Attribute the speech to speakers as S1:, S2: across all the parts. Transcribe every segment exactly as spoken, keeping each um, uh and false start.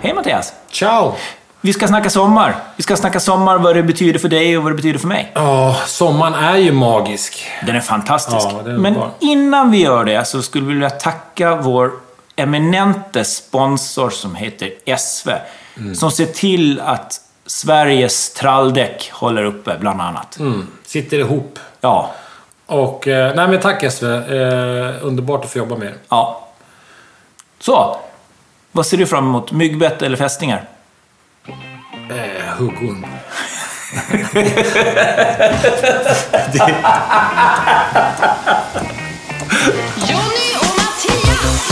S1: Hej Mattias.
S2: Ciao.
S1: Vi ska snacka sommar. Vi ska snacka sommar, vad det betyder för dig och vad det betyder för mig.
S2: Ja, oh, sommaren är ju magisk.
S1: Den är fantastisk.
S2: Ja, det är
S1: Men
S2: bra.
S1: innan vi gör det så skulle vi vilja tacka vår eminente sponsor som heter S V. Mm. Som ser till att Sveriges tralldäck håller uppe bland annat.
S2: Mm. Sitter ihop.
S1: Ja.
S2: Och, eh, nej men tack S V. Eh, underbart att få jobba med er.
S1: Ja. Så. Vad ser du fram emot? Myggbett eller fästingar?
S2: Eh, huggorm.
S3: Jonny och Mattias.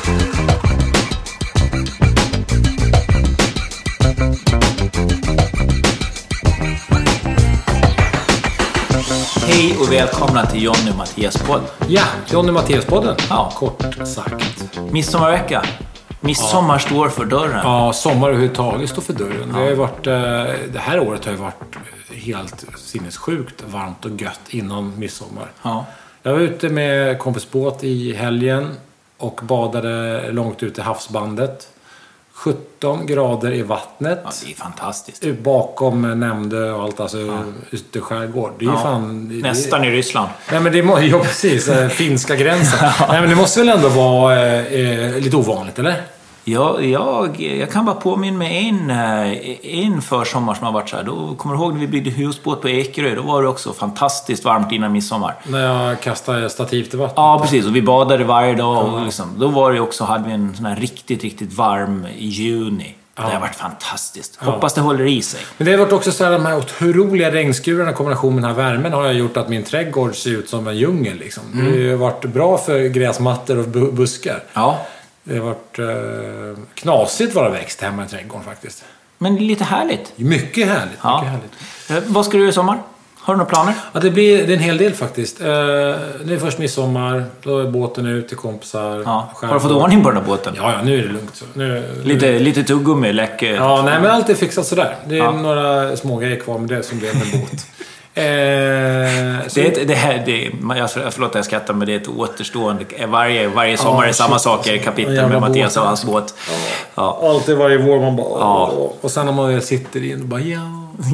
S1: Hej och välkomna till Jonny och Mattias podd.
S2: Ja, Jonny och Mattias-podden.
S1: Ja.
S2: Kort sagt.
S1: Midsommarvecka. Midsommar ja. står för dörren.
S2: Ja, sommar överhuvudtaget står för dörren. Ja. Det, har ju varit, det här året har ju varit helt sinnessjukt varmt och gött innan midsommar. Ja. Jag var ute med kompisbåt i helgen och badade långt ut i havsbandet. sjutton grader i vattnet.
S1: Ja, det är fantastiskt.
S2: Bakom nämnde och allt, alltså ja. Ytterskärgård. Det är
S1: ja.
S2: fan... Det,
S1: nästan i Ryssland.
S2: Nej, men det må, ja, precis. Finska gränsen. ja. Nej, men det måste väl ändå vara eh, lite ovanligt, eller?
S1: Ja, jag, jag kan bara påminna mig en, en försommar som har varit så här. Då kommer du ihåg när vi byggde husbåt på Ekerö? Då var det också fantastiskt varmt innan midsommar.
S2: När jag kastade stativ till vattnet.
S1: Ja, precis. Och vi badade varje dag. Och liksom, då var det också, hade vi en sån här riktigt, riktigt varm i juni. Ja. Det har varit fantastiskt. Ja. Hoppas det håller i sig.
S2: Men det har varit också så här, de här otroliga regnskurarna i kombination med den här värmen har gjort att min trädgård ser ut som en djungel. Liksom. Mm. Det har varit bra för gräsmattor och buskar. Ja. Det har varit eh, knasigt vara växt hemma i trädgården faktiskt.
S1: Men lite härligt.
S2: Mycket härligt.
S1: Ja.
S2: Mycket härligt.
S1: Eh, vad ska du göra i sommar? Har du några planer?
S2: Ja, det blir det är en hel del faktiskt. Eh, det är först midsommar. Då är båten ut till kompisar.
S1: Ja. Har du fått ordning på den här båten?
S2: Ja, ja, nu är det lugnt. Så. Nu, nu...
S1: Lite, lite tuggummi, läcker.
S2: Ja, nej, men allt är fixat sådär. Det är ja. några små grejer kvar med det som blev en båt. Eh,
S1: det, är, det här, det är, jag, förlåt jag skrattar, men det är ett återstående varje, varje sommar ja, är samma saker kapitel med Mattias och hans båt
S2: ja. Ja. Alltid varje vår man bara ja. och sen när man sitter in och bara ja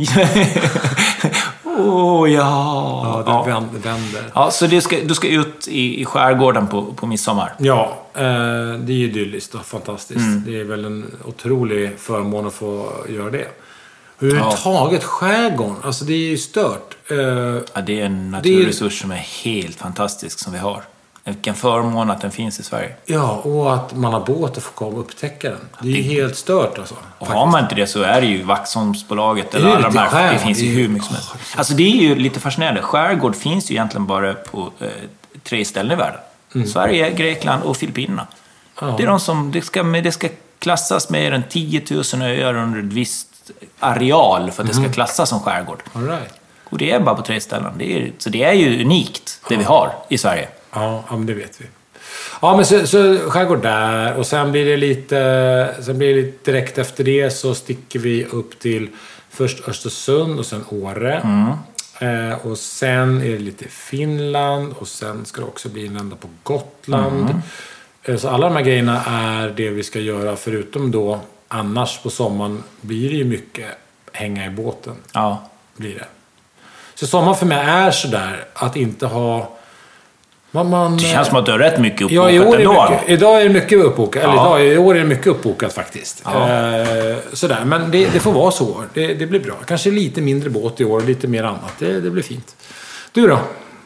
S1: åh oh, ja
S2: ja, det ja. vänder
S1: ja, så du ska, du ska ut i, i skärgården på, på midsommar
S2: ja, eh, det är ju idylliskt och fantastiskt mm. det är väl en otrolig förmån att få göra det. Överhuvudtaget, ja. skärgården, alltså det är ju stört. Uh,
S1: ja, det är en naturresurs är... som är helt fantastisk som vi har. Vilken förmån att den finns i Sverige.
S2: Ja, och att man har båt och får komma och upptäcka den. Det är ju det... helt stört alltså.
S1: Och har man inte det så är det ju Vaxholmsbolaget eller alla de här. Skärgård. Det finns ju hur mycket som helst. Alltså det är ju lite fascinerande. Skärgård finns ju egentligen bara på eh, tre ställen i världen. Mm. Sverige, Grekland och Filippinerna. Ja. Det är de som, det ska, det ska klassas mer än tio tusen öar under ett visst areal för att det ska klassas som skärgård.
S2: All right.
S1: Och det är bara på tre ställen. Det är, så det är ju unikt, det ja. vi har i Sverige.
S2: Ja, ja, men det vet vi. Ja, men så, så skärgård där. Och sen blir det lite... Sen blir det direkt efter det så sticker vi upp till först Östersund och sen Åre. Mm. Eh, och sen är det lite Finland. Och sen ska det också bli en vända på Gotland. Mm. Eh, så alla de här grejerna är det vi ska göra förutom då... Annars på sommaren blir det ju mycket hänga i båten.
S1: Ja.
S2: Blir det. Så sommar för mig är sådär att inte ha... Man, man,
S1: det känns som att du har rätt mycket uppbokat
S2: ja, i år är
S1: ändå.
S2: Mycket, idag är det mycket uppbokat. Ja. Eller idag, i år är det mycket uppbokat faktiskt.
S1: Ja.
S2: Eh, sådär. Men det, det får vara så. Det, det blir bra. Kanske lite mindre båt i år och lite mer annat. Det, det blir fint. Du då?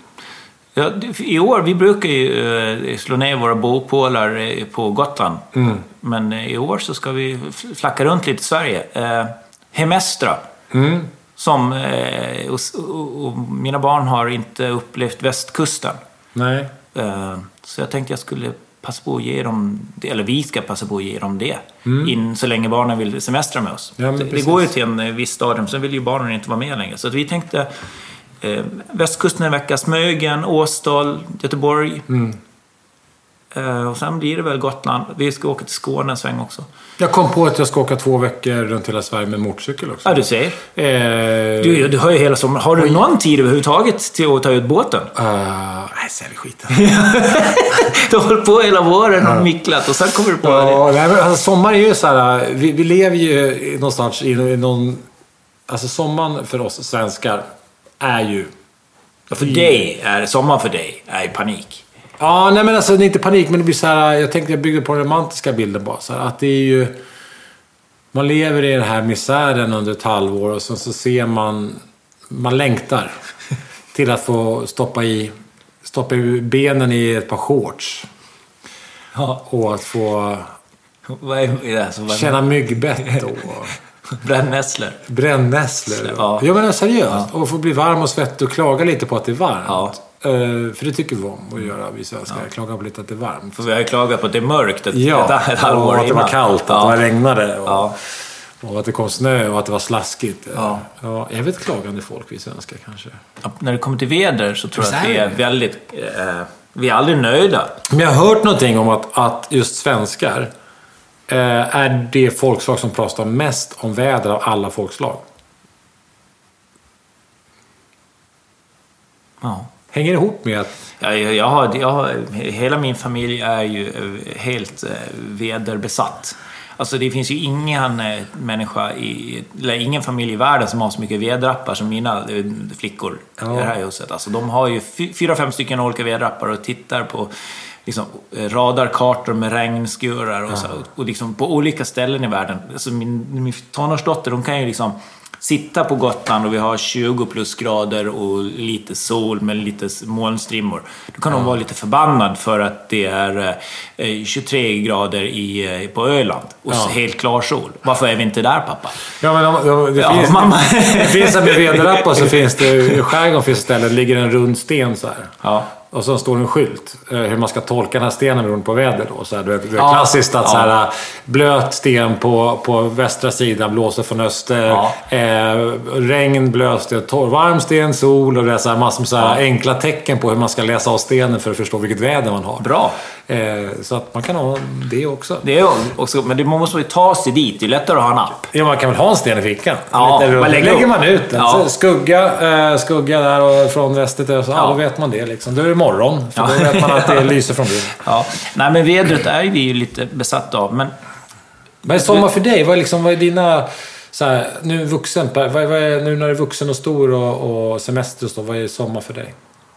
S1: Ja, i år, vi brukar ju slå ner våra bopålar på Gotland. Mm. Men i år så ska vi flacka runt lite i Sverige. Eh, Hemestra. Mm. Som, eh, och, och, och mina barn har inte upplevt västkusten.
S2: Nej.
S1: Eh, så jag tänkte jag skulle passa på att ge dem det, eller vi ska passa på att ge dem det. Mm. In, så länge barnen vill semestra med oss. Ja, det går ju till en viss stadium, sen vill ju barnen inte vara med längre. Så att vi tänkte... Eh, västkusten en vecka, Smögen, Åstol, Göteborg. Mm. Uh, och sen blir det väl Gotland. Vi ska åka till Skåne en sväng också.
S2: Jag kom på att jag ska åka två veckor runt hela Sverige med motorcykel också.
S1: Ja, du ser.
S2: Eh...
S1: Du, du har ju hela sommaren. Har du någon tid överhuvudtaget till att ta ut båten?
S2: Uh, nej, sälj skiten.
S1: Du har hållit på hela våren och micklat och sen kommer du på
S2: ja,
S1: det.
S2: Nej, men alltså, sommar är ju så här. Vi, vi lever ju någonstans i, i någon... Alltså sommaren för oss svenskar är ju...
S1: För dig är sommaren för dig är panik.
S2: Ja, nej men alltså det är inte panik, men det blir så här. Jag tänkte jag byggde på den romantiska bilden bara så här, att det är ju man lever i den här misären under ett halvår och så, så ser man man längtar till att få stoppa i stoppa i benen i ett par shorts. Ja, och att få
S1: vad är det som
S2: känna myggbett och
S1: brännässlor.
S2: Brännässlor.
S1: Ja.
S2: Jag menar seriöst. Ja. Och få bli varm och svettig och klaga lite på att det är varmt. Ja. Uh, för det tycker vi om att göra, vi svenskar. Ja. Klaga på lite att det är varmt.
S1: För vi har ju klagat på att det är mörkt ett,
S2: ja.
S1: ett, ett halvår
S2: och att det var kallt, ja. Att det regnade. Och,
S1: ja.
S2: och att det kom snö och att det var slaskigt.
S1: Ja.
S2: Ja, jag vet klagande folk, vi svenskar kanske.
S1: Ja, när det kommer till väder så tror jag att vi är väldigt... Eh, vi är aldrig nöjda.
S2: Men jag har hört någonting om att, att just svenskar eh, är det folkslag som pratar mest om väder av alla folkslag.
S1: Ja.
S2: Hänger ihop med att...
S1: Ja, jag, jag har, jag har, hela min familj är ju helt eh, väderbesatt. Alltså det finns ju ingen eh, människa i, eller ingen familj i världen som har så mycket väderappar som mina eh, flickor ja. I det här huset. Alltså de har ju fy, fyra, fem stycken olika väderappar och tittar på liksom, radarkartor med regnskurar och, ja. så, och liksom på olika ställen i världen. Alltså min, min tonårsdotter, de kan ju liksom sitta på Gotland och vi har tjugo plusgrader och lite sol med lite molnstrimmor. Då kan ja. De vara lite förbannad för att det är eh, tjugotre grader i, på Öland och ja. Helt klar sol. Varför är vi inte där, pappa?
S2: Ja, men det, ja, finns, mamma. Det finns en med väderappar så finns det i skärgården finns ställen det ligger en rund sten så här. Ja. Och så står en skylt hur man ska tolka den här stenen beroende på väder då. Så här, det är ja, klassiskt att ja. Så här, blöt sten på, på västra sidan blåser från öster. Ja. Eh, regn, blöt sten, torr, varm sten, sol och det är så här massor med så här ja. Enkla tecken på hur man ska läsa av stenen för att förstå vilket väder man har.
S1: Bra.
S2: Eh, så att man kan ha det också.
S1: Det är också, men det måste ju ta sig dit. Det är lättare att ha en app.
S2: Ja, man kan väl ha en sten i fickan.
S1: Ja,
S2: lite man lägger, lägger man ut den.
S1: Ja.
S2: Skugga, eh, skugga där och från väster till så, ja. Ja, då vet man det liksom. Då är det morgon, för ja. Då vet man att det lyser från bilen.
S1: Ja. Nej, men vädret är vi ju lite besatta av. Men
S2: vad är sommar för dig? Vad är, liksom, vad är dina... Så här, nu vuxen, vad är, vad är, nu när du är vuxen och stor och, och semester och så, vad är sommar för dig?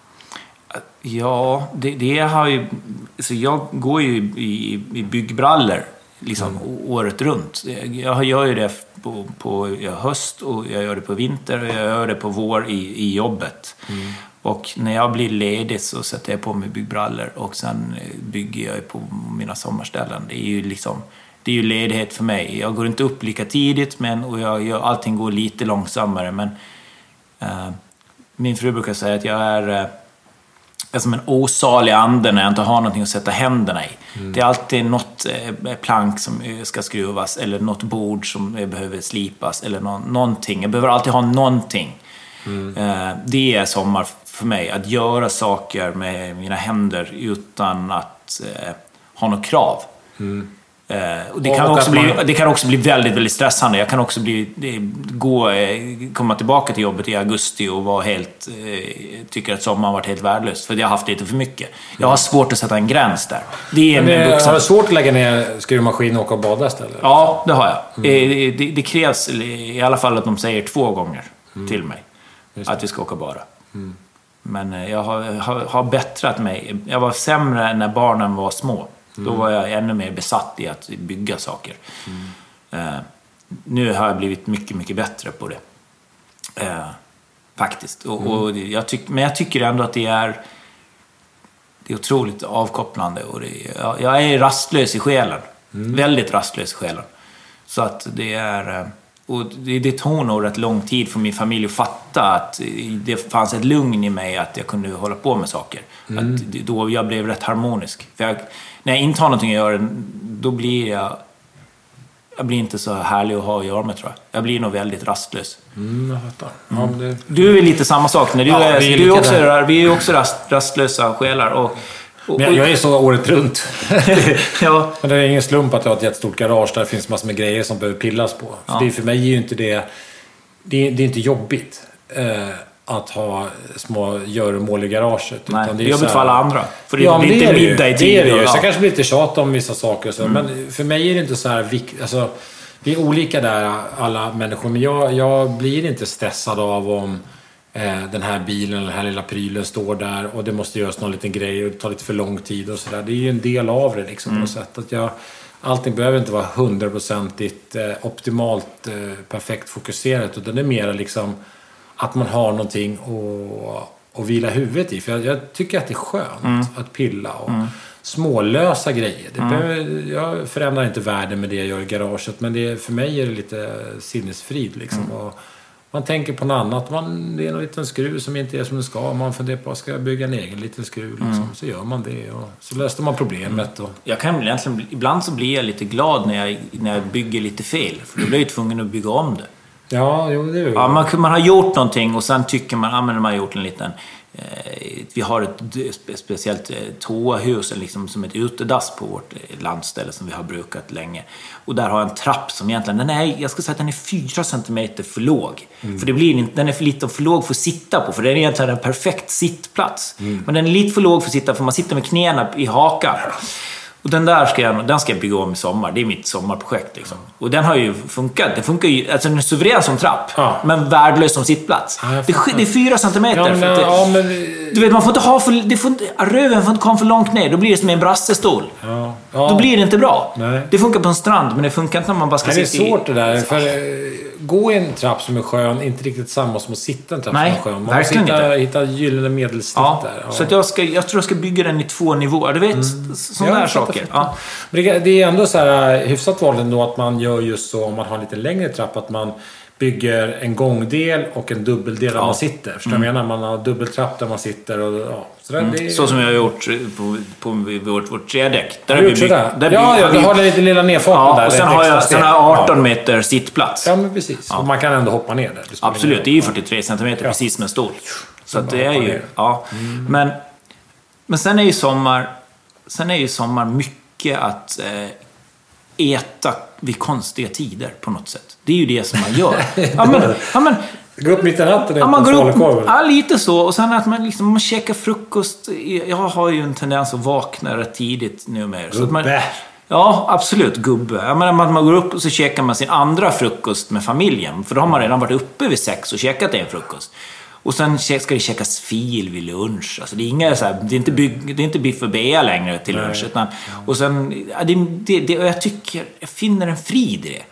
S1: Ja, det, det har ju... Så jag går ju i, i byggbrallor liksom mm. året runt. Jag gör ju det på, på höst och jag gör det på vinter och jag gör det på vår i, i jobbet. Mm. Och när jag blir ledig så sätter jag på mig byggbrallor och sen bygger jag på mina sommarställen. Det är ju liksom... Det är ju ledighet för mig. Jag går inte upp lika tidigt men, och jag gör, allting går lite långsammare. Men eh, min fru brukar säga att jag är, eh, är som en osalig ande när jag inte har någonting att sätta händerna i. Mm. Det är alltid något eh, plank som ska skruvas eller något bord som eh, behöver slipas eller no- någonting. Jag behöver alltid ha någonting. Mm. Eh, det är sommar för mig. Att göra saker med mina händer utan att eh, ha något krav. Mm. Uh, och det, kan och också bli, man... det kan också bli väldigt, väldigt stressande. Jag kan också bli, det, gå, komma tillbaka till jobbet i augusti och vara helt, eh, tycker att sommaren har varit helt värdelös. För jag har haft lite för mycket. Jag har svårt att sätta en gräns där. Det är
S2: Men det,
S1: vuxen...
S2: Har du svårt att lägga ner skruvmaskin och åka och bada istället?
S1: Ja, det har jag. Mm. Det, det, det krävs i alla fall att de säger två gånger mm. till mig att vi ska åka och bada. Mm. Men jag har, har, har bättrat mig. Jag var sämre när barnen var små. Mm. Då var jag ännu mer besatt i att bygga saker. Mm. Uh, nu har jag blivit mycket, mycket bättre på det. Uh, faktiskt. Och, mm. och jag tyck, men jag tycker ändå att det är, det är otroligt avkopplande. Och det, jag, jag är rastlös i själen. Mm. Väldigt rastlös i själen. Så att det är... Uh, och det, det tog nog rätt lång tid för min familj att fatta att det fanns ett lugn i mig att jag kunde hålla på med saker. Mm. Att då jag blev rätt harmonisk. För jag, när jag inte har någonting att göra, då blir jag... Jag blir inte så härlig att ha att göra med, tror jag. Jag blir nog väldigt rastlös.
S2: Mm, jag fattar. Mm. Ja, det...
S1: Du är lite samma sak. När du
S2: ja,
S1: är,
S2: vi är,
S1: du är också, vi är också rast, rastlösa själar. Och Och,
S2: Men jag, jag är så året runt.
S1: ja.
S2: Men det är ingen slump att jag har ett jättestort garage där det finns massor med grejer som behöver pillas på. För,
S1: ja.
S2: det, för mig är ju inte det... Det är, det är inte jobbigt eh, att ha små göromål i garaget.
S1: Nej,
S2: utan
S1: det
S2: är
S1: är jobbigt
S2: så
S1: för
S2: här,
S1: alla andra. För det
S2: ja,
S1: blir inte middag i tid.
S2: Det är det ju.
S1: Ja.
S2: Så jag kanske blir lite tjat om vissa saker. Och så.
S1: Mm.
S2: Men för mig är det inte så här viktigt. Alltså, vi är olika där, alla människor. Men jag, jag blir inte stressad av om eh, den här bilen eller den här lilla prylen står där och det måste göras någon liten grej och det tar lite för lång tid och sådär. Det är ju en del av det liksom, mm. på något sätt. Att jag, allting behöver inte vara hundraprocentigt eh, optimalt, eh, perfekt fokuserat. Utan det är mer liksom att man har någonting och, och vila huvudet i. För jag, jag tycker att det är skönt mm. att pilla och mm. smålösa grejer. Det mm. behöver, jag förändrar inte världen med det jag gör i garaget. Men det, för mig är det lite sinnesfrid liksom. Mm. Och man tänker på något annat. Man, det är en liten skruv som inte är som det ska. Man funderar på, ska jag bygga en egen liten skruv? Liksom. Mm. Så gör man det. Och så löste man problemet. Och...
S1: Jag kan egentligen, ibland så blir jag lite glad när jag, när jag bygger lite fel. För då blir jag tvungen att bygga om det.
S2: Ja, jo, det är
S1: ja, man, man har gjort någonting och sen tycker man, ja men man har gjort en liten eh, vi har ett speciellt eh, toahus liksom, som ett utedass på vårt eh, landställe som vi har brukat länge, och där har jag en trapp som egentligen, den är, jag ska säga att den är fyra centimeter för låg, mm. för det blir inte, den är för lite för låg för att sitta på, för det är egentligen en perfekt sittplats, mm. men den är lite för låg för att sitta, för man sitter med knäna i hakan. Och den där ska jag, den ska jag bygga om i sommar. Det är mitt sommarprojekt liksom. Och den har ju funkat. Det funkar ju, alltså den är suverän som trapp. Ja. Men värdelös som sittplats. Ja, det, det är fyra centimeter. Ja, men, för det, ja, men... Du vet, man får inte ha för... Det får inte, röven får inte komma för långt ner. Då blir det som en brassestol. Ja. Ja. Då blir det inte bra. Nej. Det funkar på en strand, men det funkar inte när man bara ska
S2: sitta
S1: i...
S2: Det är svårt det där. För gå i en trapp som är skön, inte riktigt samma som att sitta i en trapp
S1: Nej,
S2: som är skön. Man
S1: måste
S2: hitta, hitta gyllene medelsnitt
S1: ja,
S2: där. Ja.
S1: Så att jag, ska, jag tror jag ska bygga den i två nivåer. Du vet, mm. sådana där saker. Ja.
S2: Men det, det är ändå så här hyfsat vanligt ändå att man gör just så, om man har en lite längre trapp, att man bygger en gångdel och en dubbeldel där ja. man sitter. Förstår du mm. menar? Man har dubbeltrapp där man sitter. Och, ja. så, där,
S1: mm.
S2: det är...
S1: så som jag har gjort på, på vårt, vårt tredäck.
S2: Där har vi byggt, där där ja, ja, du har den lite lilla nedfarten
S1: ja,
S2: där.
S1: Och sen har jag sen har arton meter sittplats.
S2: Ja, men precis. Ja. Och man kan ändå hoppa ner där.
S1: Absolut, det är ju fyrtiotre centimeter ja. precis som en stol. Så att det är ju... Ja. Mm. Men, men sen är ju sommar... Sen är ju sommar mycket att... Eh, äta vid konstiga tider på något sätt. Det är ju det som man gör. Ja, men, ja, men,
S2: gå upp mitt i natten.
S1: Ja, man går upp, ja, lite så. Och sen att man liksom man käkar frukost. Jag har ju en tendens att vakna rätt tidigt numera. Så att man, ja, absolut, gubbe. Jag menar, man, man går upp och så käkar man sin andra frukost med familjen. För då har man redan varit uppe vid sex och käkat en frukost. Och sen ska det käkas fil vid lunch. Alltså det är inga så här, det är inte bygg, det är inte biff och bea längre till lunch. Utan, och sen, ja, det, det, det, jag tycker, jag finner en frid i det.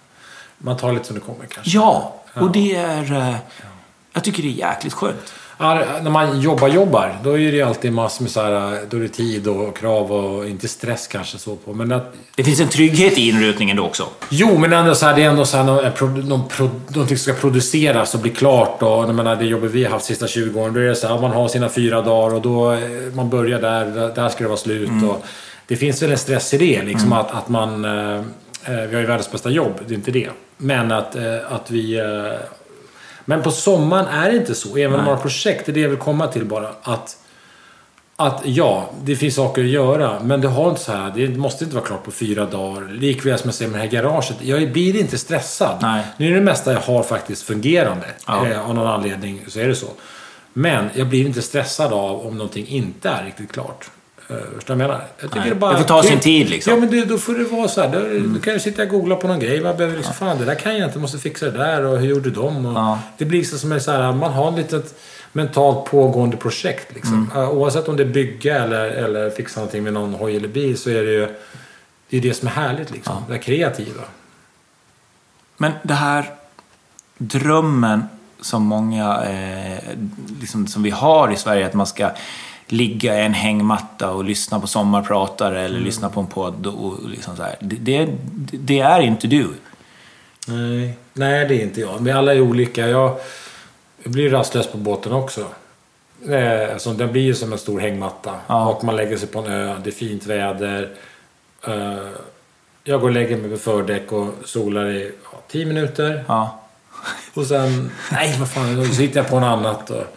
S2: Man tar lite som det kommer kanske.
S1: Ja, och det är, jag tycker det är jäkligt skönt.
S2: Ja, när man jobbar, jobbar, då är det alltid massor med så här, då är det tid och krav och inte stress kanske så på. Men att,
S1: det finns en trygghet i inrutningen då också.
S2: Jo, men ändå så här, det är ändå så här någon, någon, någonting som ska produceras och bli klart. Och jag menar, det jobbet vi har haft sista tjugo åren, då är det så här, man har sina fyra dagar och då man börjar där, där ska det vara slut. Mm. Och det finns väl en stress i det, liksom mm. att, att man, eh, vi har ju världens bästa jobb, det är inte det. Men att, eh, att vi... Eh, Men på sommaren är det inte så. Även Nej. om man har projekt, det är det jag vill komma till bara. Att, att ja, det finns saker att göra. Men det har inte så här. Det måste inte vara klart på fyra dagar. Likväl som jag säger med det här garaget. Jag blir inte stressad. Nej. Nu är det mesta jag har faktiskt fungerande. Ja. Eh, av någon anledning så är det så. Men jag blir inte stressad av om någonting inte är riktigt klart. Förstår jag menar? Jag tycker det, bara,
S1: det får ta sin tid liksom.
S2: Ja, men det, då får det vara så här. Då, mm. då kan jag sitta och googla på någon grej. Vad behöver liksom, ja. fan, det där kan jag inte. Måste fixa det där. Och hur gjorde de? Och ja. Det blir så som är så här. Man har ett litet mentalt pågående projekt liksom. Mm. Oavsett om det är bygga eller, eller fixa någonting med någon hoj eller bil, så är det ju det är det som är härligt liksom. Ja. Det kreativa.
S1: Men det här drömmen som många eh, liksom, som vi har i Sverige, att man ska ligga i en hängmatta och lyssna på sommarpratare eller mm. lyssna på en podd och liksom så här. Det, det, det är inte du.
S2: Nej, nej, det är inte jag. Men alla är olika. Jag, jag blir rastlös på båten också. Eh, alltså, den blir ju som en stor hängmatta. Ja. Och man lägger sig på en ö. Det är fint väder. Eh, jag går och lägger mig på fördäck och solar i ja, tio minuter.
S1: Ja.
S2: Och sen, nej vad fan, då sitter jag på något annat och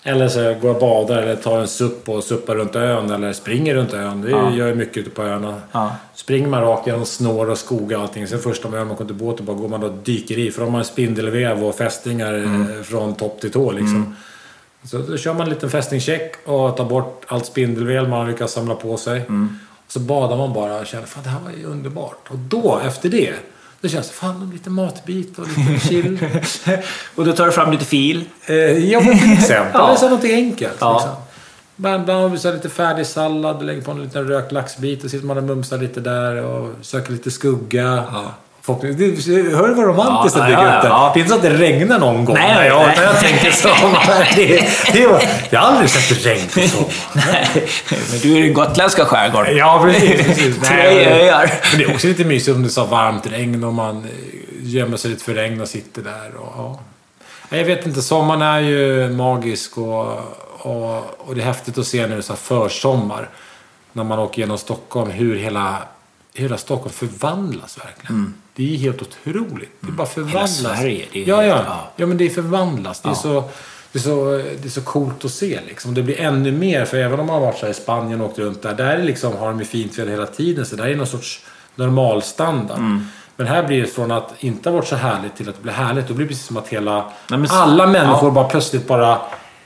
S2: Eller så går jag och badar eller tar en supp och suppar runt ön eller springer runt ön. Det ja. gör jag mycket ute på öarna. Ja. Springer man rakt genom snår och skog och allting. Sen första man gör man kommer till båt och bara går man och dyker i. För de har en spindelväv och fästingar mm. från topp till tå liksom. Mm. Så då kör man en liten fästingcheck och tar bort allt spindelväv man lyckas samla på sig. Mm. Och så badar man bara och känner, fan det här var ju underbart. Och då, efter det, då känns det, fan lite matbit och lite chill.
S1: Och då tar du fram lite fil.
S2: Eh, ja, men till exempel. ja. Det är så något enkelt. Ja. Liksom. Ibland har vi så lite färdig sallad, lägger på en liten rökt laxbit och sitter man och mumsar lite där och söker lite skugga. Ja. Folk, det, hör du vad romantiskt ja, det blir ja, ja, ja. Det är inte så att det regnar någon gång.
S1: Nej, nej, jag,
S2: nej. jag tänker så. det, det var, jag har aldrig sett det regn på så.
S1: Nej, men du är i den gotländska skärgården.
S2: Ja, precis. precis.
S1: Tre öar.
S2: Men det är också lite mysigt om det är så varmt regn och man gömmer sig lite för regn och sitter där. Och, ja. Jag vet inte, sommaren är ju magisk och, och, och det är häftigt att se när det är så här försommar. När man åker genom Stockholm, hur hela, hela Stockholm förvandlas verkligen. Mm. Det är helt otroligt. Det bara förvandlas.
S1: Hela Sverige. Det är
S2: ja, ja. ja, men det förvandlas. Det är, ja. så, det, är så, det är så coolt att se. Liksom. Det blir ännu mer. För även om man har varit så här i Spanien och åkt runt där. Där är liksom, har de ju fint väder hela tiden. Så där är någon sorts normalstandard. Mm. Men här blir det från att inte ha varit så härligt till att det blir härligt. Då blir det precis som att hela... Nej, men, alla människor ja. bara plötsligt bara...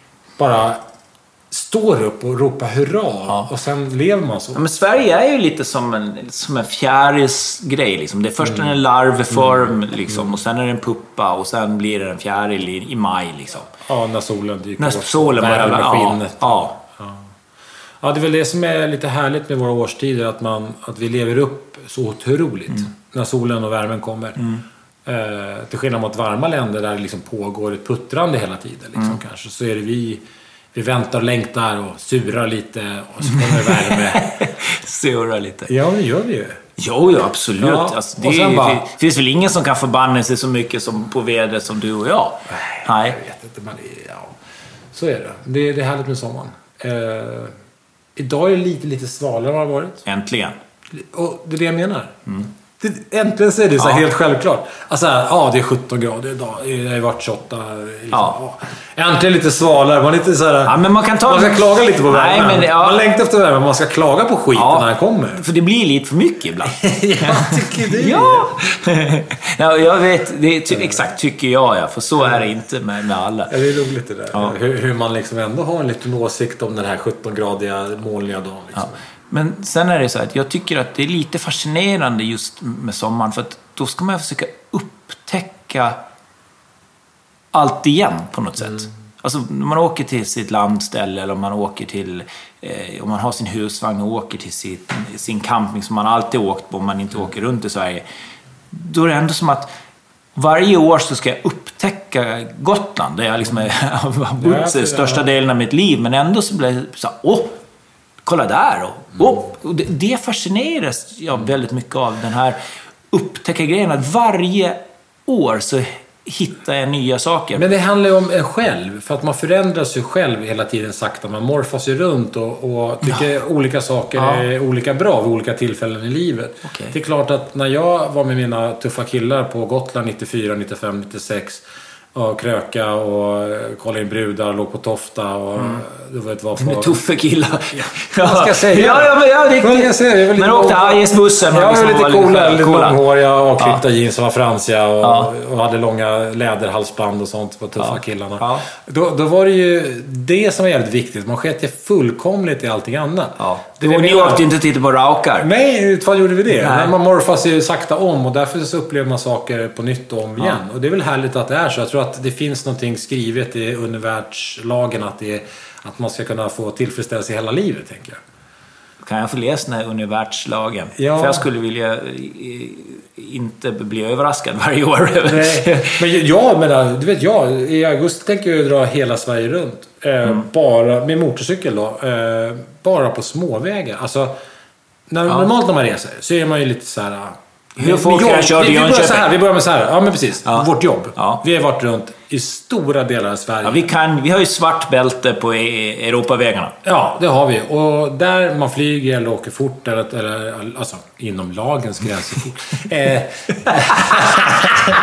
S2: bara står upp och ropar hurra ja. och sen lever man så.
S1: Ja, men Sverige är ju lite som en, som en fjärilsgrej liksom. Det är först mm. en larveform mm. liksom, och sen är det en puppa och sen blir det en fjäril i, i maj liksom.
S2: Ja, när solen dyker
S1: när solen börjar med skinnet.
S2: Ja. Ja. ja, det är väl det som är lite härligt med våra årstider, att, man, att vi lever upp så otroligt mm. när solen och värmen kommer. Mm. Eh, till skillnad mot varma länder där det liksom pågår ett puttrande hela tiden liksom, mm. kanske, så är det vi Vi väntar och längtar och surar lite och så kommer det värme.
S1: Surar lite.
S2: Ja, det gör vi ju.
S1: Jo, ja, absolut. Ja, alltså, det är, bara... det finns väl ingen som kan förbanna sig så mycket som på vädret som du och jag.
S2: Nej, Nej. jag vet inte. Men det, ja. Så är det. det. Det är härligt med sommaren. Eh, idag är det lite, lite svalare än vad det har varit.
S1: Äntligen.
S2: Och det är det jag menar. Mm. Det, äntligen så är det så ja. helt självklart. Alltså, ja, det är sjutton grader idag. Det har varit tjugoåtta. Liksom. Ja. Äntligen lite svalare. Man, lite så här,
S1: ja, men man, kan ta...
S2: man ska klaga lite på värmen.
S1: Nej, men, ja.
S2: Man längtar efter värmen. Man ska klaga på skiten ja. när den kommer.
S1: För det blir lite för mycket ibland.
S2: Jag tycker det.
S1: Ja. ja, jag vet. Det är ty- exakt tycker jag. Ja, för så är det inte med, med alla.
S2: Ja, det är roligt det där. Ja. Hur, hur man liksom ändå har en liten åsikt om den här sjutton-gradiga molniga dagen. Liksom.
S1: Ja. Men sen är det så att jag tycker att det är lite fascinerande just med sommaren, för att då ska man försöka upptäcka allt igen på något sätt. Mm. Alltså när man åker till sitt landställe eller om man åker till eh, om man har sin husvagn och åker till sitt, sin camping som man alltid åkt på om man inte mm. åker runt i Sverige, då är det ändå som att varje år så ska jag upptäcka Gotland där jag liksom har bott ja, största delen av mitt liv, men ändå så blir det så här, åh, kolla där och, och, och det, det fascineras jag väldigt mycket av, den här upptäcka grejen att varje år så hittar jag nya saker.
S2: Men det handlar ju om en själv, för att man förändras ju själv hela tiden sakta, man morfas ju runt och, och tycker ja. olika saker ja. är olika bra vid olika tillfällen i livet. Okay. Det är klart att när jag var med mina tuffa killar på Gotland nittiofyra, nittiofem, nittiosex och kröka och kolla in brudar, låg på Tofta och mm. du vet vad på...
S1: Med tuffa killar.
S2: Ja. Jag ska säga.
S1: Ja, ja, men jag det,
S2: jag säga, jag
S1: men åkte Ajesbussen.
S2: Jag var lite coola, lite långhåriga och klippta ja. jeans som var fransiga och, ja. och hade långa läderhalsband och sånt på tuffa ja. killarna. Ja. Då, då var det ju det som var jävligt viktigt. Man sket ju fullkomligt i allting annat.
S1: Ja. Det var ni åkte inte titta på raukar.
S2: Nej, utifrån gjorde vi det. Men man morfas ju sakta om och därför så upplever man saker på nytt och om igen. Ja. Och det är väl härligt att det är så. Jag tror att det finns någonting skrivet i universlagen att, det är, att man ska kunna få tillfredsställelse i hela livet, tänker jag.
S1: Kan jag få läsa den här universlagen?
S2: Ja.
S1: För jag skulle vilja inte bli överraskad varje år.
S2: Nej. Men jag menar, du vet jag, i augusti tänker jag dra hela Sverige runt. Eh, mm. Bara med motorcykel då. Eh, bara på småvägar. Alltså, när, ja. normalt när man reser så är man ju lite så här...
S1: Hur folk kan köra till
S2: Jönköping? Vi börjar med så här. Ja, men precis.
S1: Ja.
S2: Vårt jobb.
S1: Ja.
S2: Vi har varit runt i stora delar av Sverige.
S1: Ja, vi, kan, vi har ju svart bälte på Europavägarna.
S2: Ja, det har vi. Och där man flyger eller åker fort, eller, eller alltså inom lagens gränser fort. eh,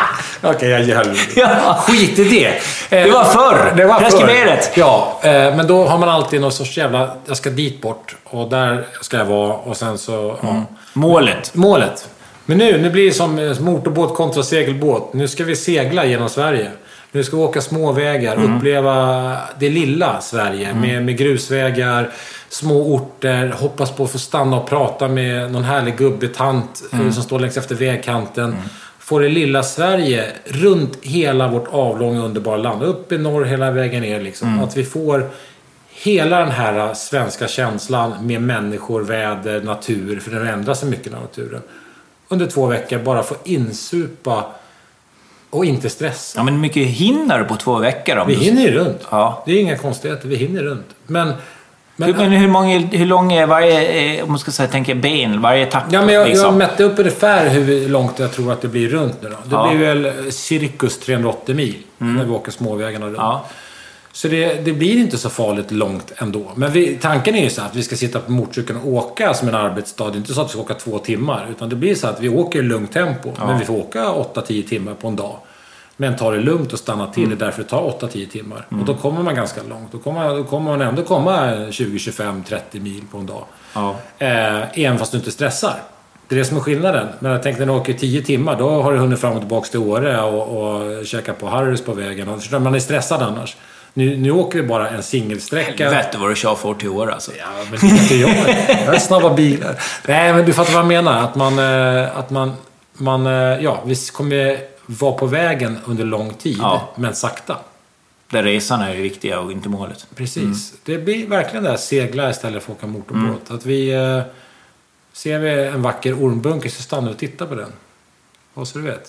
S2: Okej, okay, jag gör
S1: ja.
S2: Skit i det.
S1: Det var förr.
S2: Det var
S1: preskriberat.
S2: Ja, men då har man alltid någon sorts jävla... Jag ska dit bort och där ska jag vara och sen så... Ja.
S1: Mm. Målet.
S2: Målet. Men nu, nu blir det som motorbåt kontra segelbåt. Nu ska vi segla genom Sverige. Nu ska vi åka småvägar, mm. uppleva det lilla Sverige mm. med, med grusvägar, små orter, hoppas på att få stanna och prata med någon härlig gubbetant mm. som står längs efter vägkanten. Mm. Få det lilla Sverige runt hela vårt avlånga underbara land. Upp i norr hela vägen ner liksom. Mm. Att vi får hela den här svenska känslan med människor, väder, natur. För den ändrar sig mycket av naturen. Under två veckor bara få insupa och inte stressa.
S1: Ja, men mycket hinner på två veckor. Om
S2: vi
S1: du...
S2: hinner ju runt.
S1: Ja.
S2: Det är inga konstigheter, vi hinner runt. Men...
S1: Men, men hur, många, hur lång är varje, om man ska säga, tänka ben, varje etapp?
S2: Ja, men jag,
S1: liksom?
S2: jag mätte upp ungefär hur långt jag tror att det blir runt nu då. Det
S1: ja.
S2: blir väl cirkus trehundraåttio mil mm. när vi åker småvägarna runt.
S1: Ja.
S2: Så det, det blir inte så farligt långt ändå. Men vi, tanken är ju så att vi ska sitta på motorcykeln och åka som en arbetsdag. Det är inte så att vi ska åka två timmar. Utan det blir så att vi åker i lugnt tempo. Ja. Men vi får åka åtta till tio timmar på en dag. Men tar det lugnt och stanna till. Mm. Det är därför det tar åtta till tio timmar. Mm. Och då kommer man ganska långt. Då kommer, då kommer man ändå komma tjugo, tjugofem, trettio mil på en dag.
S1: Ja.
S2: Eh, även fast du inte stressar. Det är det som är skillnaden. Men jag tänkte när du åker tio timmar. Då har du hunnit fram och tillbaka till Åre. Och, och käka på Harrys på vägen. Och, man är stressad annars. Nu, nu åker vi bara en singelsträcka.
S1: Helvete vad du kör fort till Åre alltså.
S2: Ja, men det är inte jag. Jag är snabba bilar. Nej, men du fattar vad jag menar. Att man... Att man, man ja, vi kommer... var på vägen under lång tid, ja. Men sakta.
S1: Där resan är viktiga och inte målet.
S2: Precis.
S1: Mm.
S2: Det blir verkligen det här segla istället för att åka motorbåt. Mm. Att vi eh, ser vi en vacker ormbunker så stannar och tittar på den. Vad så du vet.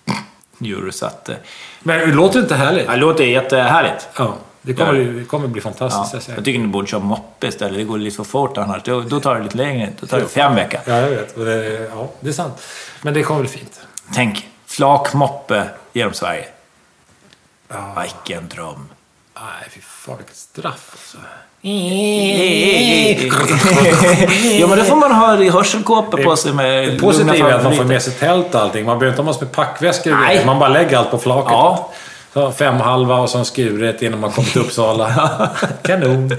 S1: Djur så att...
S2: Men det låter inte härligt.
S1: Ja, det låter jättehärligt.
S2: Ja, det kommer, ja. Det kommer bli fantastiskt.
S1: Ja. Jag tycker ni borde köra moppe istället. Det går lite för fort annars. Då, då tar det lite längre. Då tar det fem veckor.
S2: Ja, jag vet. Och det, ja, det är sant. Men det kommer bli fint.
S1: Tänk. Flakmoppe genom Sverige. Ja. Vilken dröm.
S2: Nej, fy fan, vilket straff alltså.
S1: Ja, men då får man ha hörselkåpor på sig med...
S2: Positivt är att man får med sig tält och allting. Man behöver inte ha massor med packväskor. Nej. Man bara lägger allt på flaket.
S1: Ja.
S2: Så fem halva och så en skuret innan man kommer till Uppsala. Kanon.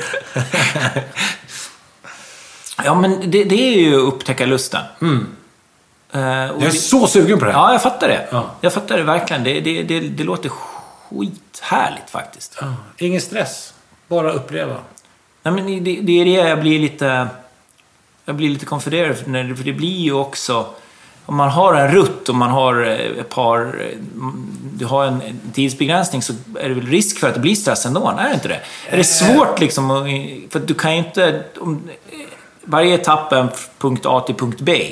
S1: Ja, men det, det är ju upptäcka lusten.
S2: Mm.
S1: Uh,
S2: jag är så sugen på det här.
S1: Ja, jag fattar det.
S2: Ja.
S1: Jag fattar det verkligen. Det, det, det, det låter skithärligt faktiskt.
S2: Ja. Ingen stress. Bara uppleva.
S1: Nej, men det, det är det jag blir lite... Jag blir lite konfunderad. För det, för det blir ju också... Om man har en rutt och man har ett par... Du har en tidsbegränsning så är det väl risk för att det blir stress ändå. Är det inte det? Är det svårt liksom... För du kan ju inte... Om, varje etapp är en punkt A till punkt B.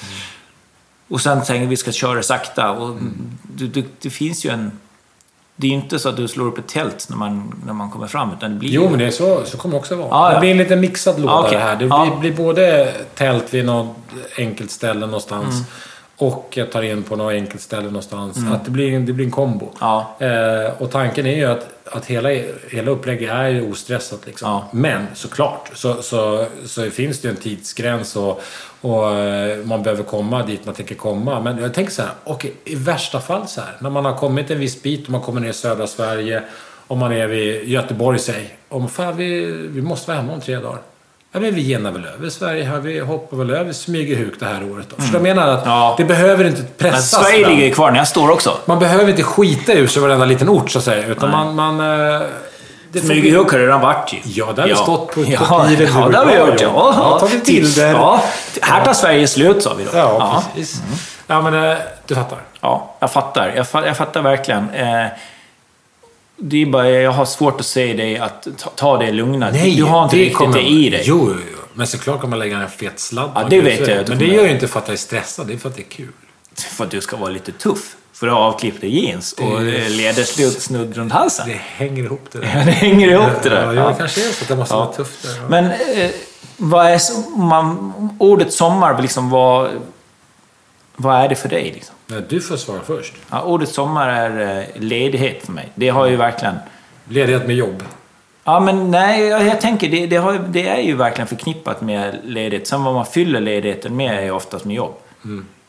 S1: Och sen tänker vi ska köra sakta. Och mm. det, det, det finns ju en... Det är ju inte så att du slår upp ett tält när man, när man kommer fram. Utan det blir
S2: jo,
S1: ju...
S2: men det är så, så kommer det också vara.
S1: Ah,
S2: det
S1: ja.
S2: blir en liten mixad låda ah, okay. det här. Det blir, ah. blir både tält vid något enkelt ställe någonstans. Mm. Och jag tar in på något enkelt ställe någonstans. Mm. Att det blir, en, det blir en kombo.
S1: Ah.
S2: Eh, och tanken är ju att, att hela, hela upplägget är ju ostressat. Liksom.
S1: Ah.
S2: Men såklart så, så, så finns det ju en tidsgräns. Och, och man behöver komma dit man tänker komma. Men jag tänker så här, okej, i värsta fall så här, när man har kommit en viss bit och man kommer ner i södra Sverige, om man är vid Göteborg, säg, om fan vi, vi måste vara hemma om tre dagar. Ja, men vi genar väl över Sverige här, vi hoppar väl över Smygehuk det här året. Mm. För jag menar att ja. det behöver inte pressas.
S1: Men Sverige ligger kvar nästa år också.
S2: Man behöver inte skita ur sig varenda liten ort så att säga, utan Nej. man... man
S1: Smygehuk har redan varit ju.
S2: Ja, det har vi ja. stått på
S1: ja,
S2: papiret.
S1: Ja, det har vi gjort. Ja,
S2: ja, tar vi till det.
S1: Ja, här tar Sverige slut, sa vi då.
S2: Ja, ja. precis. Mm. Ja, men du fattar.
S1: Ja, jag fattar. Jag fattar, jag fattar verkligen. Eh, det är bara, jag har svårt att säga dig att ta, ta det lugna.
S2: Nej,
S1: du har inte
S2: det
S1: riktigt
S2: kommer,
S1: det i dig.
S2: Jo, jo, jo. Men såklart kan man lägga en fet sladd.
S1: Ja, det vet jag.
S2: Men det gör ju inte för att jag är stressad. Det är för att det är kul.
S1: För att du ska vara lite tuff. För du har avklippta jeans och leder snudd runt halsen.
S2: Det hänger ihop det där.
S1: Ja, det hänger ihop det där.
S2: Ja, ja. Det kanske är så att det måste ja. vara tufft där. Ja.
S1: Men eh, vad är man, ordet sommar, liksom, vad, vad är det för dig? Liksom?
S2: Nej, du får svara först.
S1: Ja, ordet sommar är eh, ledighet för mig. Det har ju verkligen...
S2: Ledighet med jobb?
S1: Ja, men nej, jag, jag tänker det, det, har, det är ju verkligen förknippat med ledighet. Sen vad man fyller ledigheten med är ju oftast med jobb.
S2: Mm.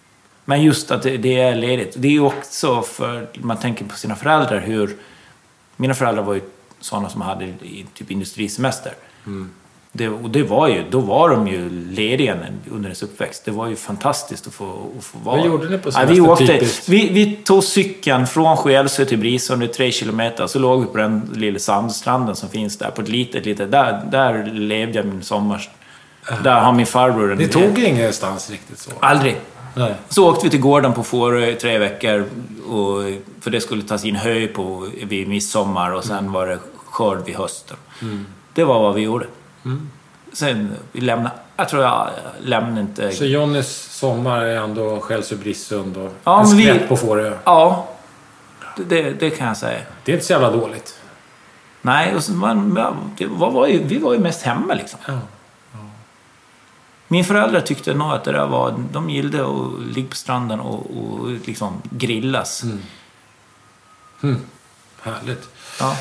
S1: Men just att det, det är ledigt. Det är ju också för man tänker på sina föräldrar hur... Mina föräldrar var ju sådana som hade i, typ industrisemester. Mm. Det, och det var ju, då var de ju lediga under ens uppväxt. Det var ju fantastiskt att få, att få vara.
S2: Vad gjorde ni på semester?
S1: Ja, vi, åkte, vi, vi tog cykeln från Skälsö till Brisund, tre kilometer. Så låg vi på den lilla sandstranden som finns där. På ett litet, litet där, där levde jag min sommar. Uh. Där har min farbror...
S2: Det tog ingenstans riktigt så?
S1: Aldrig.
S2: Nej.
S1: Så åkte vi till gården på Fårö i tre veckor. Och, för det skulle tas in höj på, vid midsommar. Och sen mm. var det skörd vid hösten. Mm. Det var vad vi gjorde. Mm. Sen vi lämnade, jag tror jag lämnade inte.
S2: Så Johnnys sommar är ändå Skälsö Brisund och
S1: ja,
S2: en skvätt
S1: vi,
S2: på Fårö.
S1: Ja, det, det kan jag säga.
S2: Det är inte så jävla dåligt.
S1: Nej, och så man, det var, var ju, vi var ju mest hemma liksom. Ja. Ja. Min föräldrar tyckte nog att det där var, de gillade att ligga på stranden och, och liksom grillas.
S2: Mm. Mm. Härligt.
S1: Ja.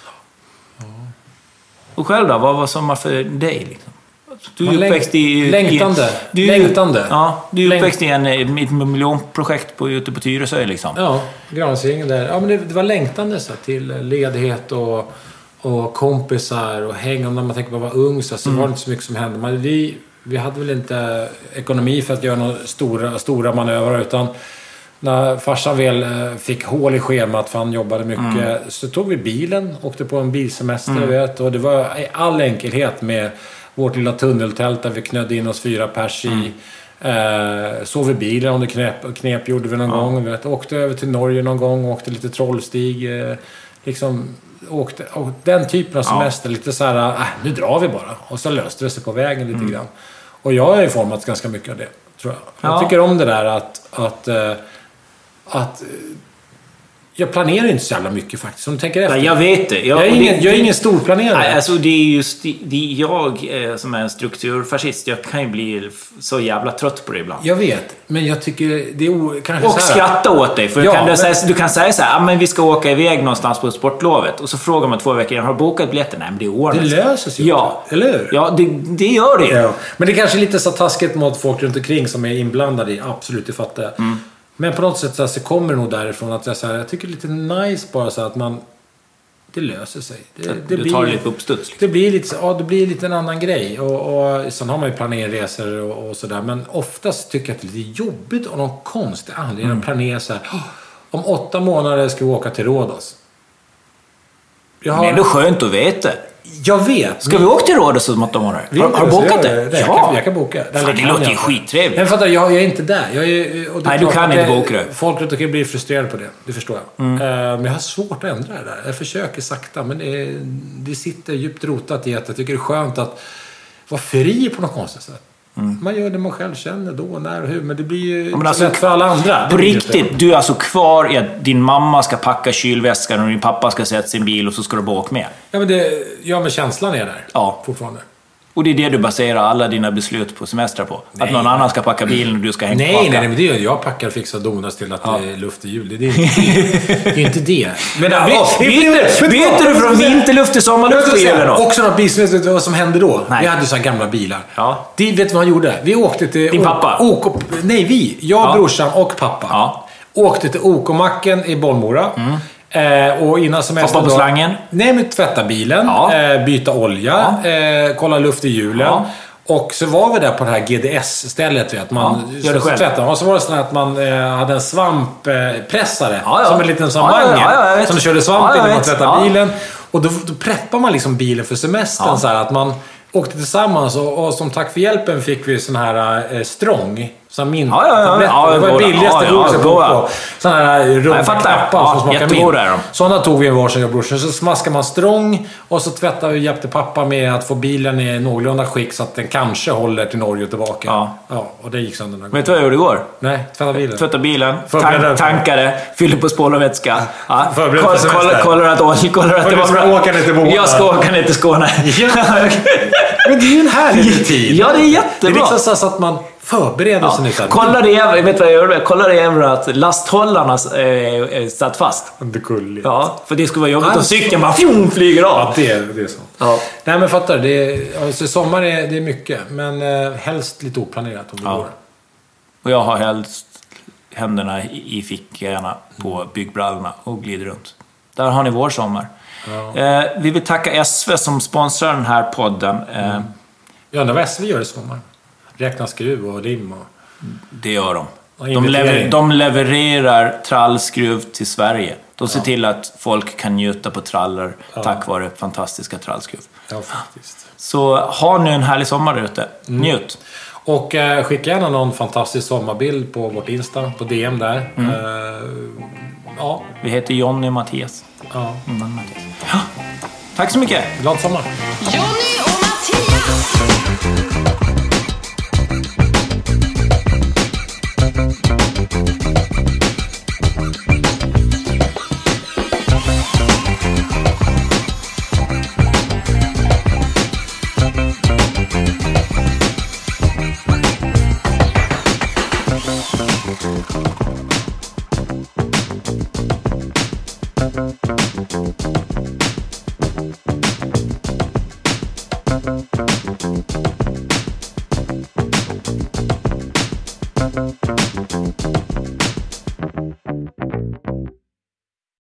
S1: Och själv då, vad var sommar för dig liksom? Du är uppväxt i...
S2: Längtande.
S1: I, du,
S2: Längtande.
S1: Ja, du är uppväxt i en, ett miljonprojekt på, ute på Tyresö liksom.
S2: Ja, Gransringen där. Ja, men det, det var längtande så, till ledighet och, och kompisar och häng. Om när man tänker på att vara ung så, så mm. var det inte så mycket som hände. Men vi, vi hade väl inte ekonomi för att göra några stora, stora manövrar, utan när farsan väl fick hål i schemat för han jobbade mycket mm. så tog vi bilen, åkte på en bilsemester mm. vet, och det var i all enkelhet med vårt lilla tunneltält där vi knödde in oss fyra pers i mm. eh, sov i bilen om det knep, knep gjorde vi någon ja. gång vet, åkte över till Norge någon gång, åkte lite trollstig eh, liksom åkte, och den typen av semester ja. lite så här, äh, nu drar vi bara, och så löste det sig på vägen lite mm. grann, och jag har ju format ganska mycket av det, tror jag. Jag ja. tycker om det där att att eh, att jag planerar inte så jävla mycket faktiskt, om du tänker efter.
S1: Nej, jag vet det.
S2: Jag, jag är ingen, jag är ingen stor planerare.
S1: Nej, alltså det är just det, jag som är en strukturfascist, jag kan ju bli så jävla trött på det ibland.
S2: Jag vet, men jag tycker det är o, kanske
S1: och
S2: så här.
S1: Skratta åt dig, för
S2: ja,
S1: kan du,
S2: men...
S1: säga, du kan säga så här, ah, men vi ska åka iväg någonstans på sportlovet, och så frågar man två veckor innan, har du bokat biljetter? Nej, men det är ordnat.
S2: Det löser sig.
S1: Ja,
S2: eller hur?
S1: Ja, det, det gör det.
S2: Ja. Men det är kanske lite så taskigt mot folk runt omkring som är inblandade i, absolut, det fattar jag. Mm. Men på något sätt så, så kommer det nog därifrån att jag, så här, jag tycker det är lite nice bara så att man, det löser sig. Det, det
S1: du
S2: blir,
S1: tar lite uppstuds. Liksom.
S2: Det blir lite, ja, det blir lite en annan grej. Och, och sen har man ju planerresor och, och sådär. Men oftast tycker jag att det är lite jobbigt och någon konstig anledning mm. att planera så här. Om åtta månader ska vi åka till Rhodos. Jag har...
S1: Men det är skönt att veta.
S2: Jag vet.
S1: Ska vi åka till Rhodos om åtta månader? Har, har du bokat det?
S2: det? Jag, ja. kan, jag kan boka.
S1: Fan, det låter ju skittrevligt.
S2: Men fattar, jag, jag är inte där. Jag är, och
S1: Nej, du kan inte boka det.
S2: Folk runt omkring blir frustrerade på det. Det förstår jag. Mm. Uh, men jag har svårt att ändra det där. Jag försöker sakta. Men det, det sitter djupt rotat i att jag tycker det är skönt att vara fri på något konstigt sätt. Mm. Man gör det man själv känner då, när och hur. Men det blir ju ja, alltså, för alla andra.
S1: På riktigt, du är alltså kvar i att din mamma ska packa kylväskan och din pappa ska sätta sin bil och så ska du bara åka med.
S2: Ja, men, det, ja, men känslan är där.
S1: Ja.
S2: Fortfarande.
S1: Och det är det du baserar alla dina beslut på semester på? Nej. Att någon annan ska packa bilen och du ska hänga
S2: nej,
S1: tillbaka?
S2: Nej, nej, men det är jag packar, fixar och donas till att ja. det är luft i jul. Det är inte det. Det är inte det. Men ja,
S1: byter, byter du från vinterluft till sommarluft på julen då?
S2: Också något business, vet du vad som hände då?
S1: Nej.
S2: Vi hade så här gamla bilar.
S1: Ja.
S2: Det, vet du vad han gjorde? Vi åkte till...
S1: Din pappa?
S2: O- OK, nej, vi. Jag,
S1: ja.
S2: brorsan och pappa.
S1: Ja.
S2: Åkte till O K-macken i Bollmora. Mm. Eh, och innan semestern
S1: hoppa på slangen?
S2: Nej, men tvätta bilen.
S1: Ja.
S2: Eh, byta olja. Ja. Eh, kolla luft i hjulen. Ja. Och så var vi där på det här G D S-stället. Vet, man
S1: ja, gör det själv.
S2: Tvättade. Och så var det så att man eh, hade en svamppressare.
S1: Ja, ja.
S2: Som en liten som
S1: ja,
S2: mangel.
S1: Ja, ja,
S2: som körde svamp
S1: ja,
S2: innan man tvättade
S1: ja.
S2: bilen. Och då, då preppar man liksom bilen för semestern. Ja. Så här, att man åkte tillsammans. Och, och som tack för hjälpen fick vi sån här eh, strong. Som min
S1: ja, ja, ja.
S2: tabletter.
S1: Ja,
S2: det var det billigaste
S1: ja, ja,
S2: ja, på. Sådana här runda knappar
S1: ja,
S2: som smakar
S1: jättegoda är de.
S2: Sådana tog vi en varsin jag brorsan. Så smaskar man strong och så tvättar vi hjälpte pappa med att få bilen i någorlunda skick så att den kanske håller till Norge och tillbaka. Ja. Ja, och det gick sönder.
S1: Vet du vad jag gjorde igår?
S2: Nej, tvätta bilen.
S1: Tvätta bilen, tank, tankade, fyllde på spolarvätska. Ja.
S2: Förberedde för semester.
S1: Kolla, kolla att, kolla, kolla att det var bra.
S2: Åka ner till Båda.
S1: Jag ska åka ner till Skåne.
S2: Ja. Men det är ju en härlig rutin.
S1: Ja, det är jättebra.
S2: Det är liksom så att man förbereder sig
S1: ja.
S2: nu.
S1: Kollade jag, vet vad jag gjorde? Kollade jag att lasthållarna äh, satt fast.
S2: Det cool.
S1: Ja, för det skulle vara jobbigt och cykeln bara fjong, flyger av.
S2: Ja, det är, det är så. Ja. Nej, men fattar det är, alltså, sommar är, det är mycket. Men eh, helst lite oplanerat om det
S1: ja.
S2: går.
S1: Och jag har helst händerna i fickorna på byggbrallorna och glider runt. Där har ni vår sommar. Ja. Eh, vi vill tacka S V som sponsrar den här podden. Eh,
S2: mm. Jag undrar vad S V gör i sommar. Räknar skruv och rim och...
S1: Det gör de. De, lever, de levererar trallskruv till Sverige. De ser ja. till att folk kan njuta på trallor ja. tack vare fantastiska trallskruv.
S2: Ja, faktiskt.
S1: Så ha nu en härlig sommar där ute. Mm. Njut.
S2: Och eh, skicka gärna någon fantastisk sommarbild på vårt Insta, på D M där. Mm. Eh, ja.
S1: Vi heter Jonny och Mattias.
S2: Ja.
S1: Mm, Mattias. Ja. Tack så mycket.
S2: Glad sommar.
S3: Jonny och Mattias. Thank you.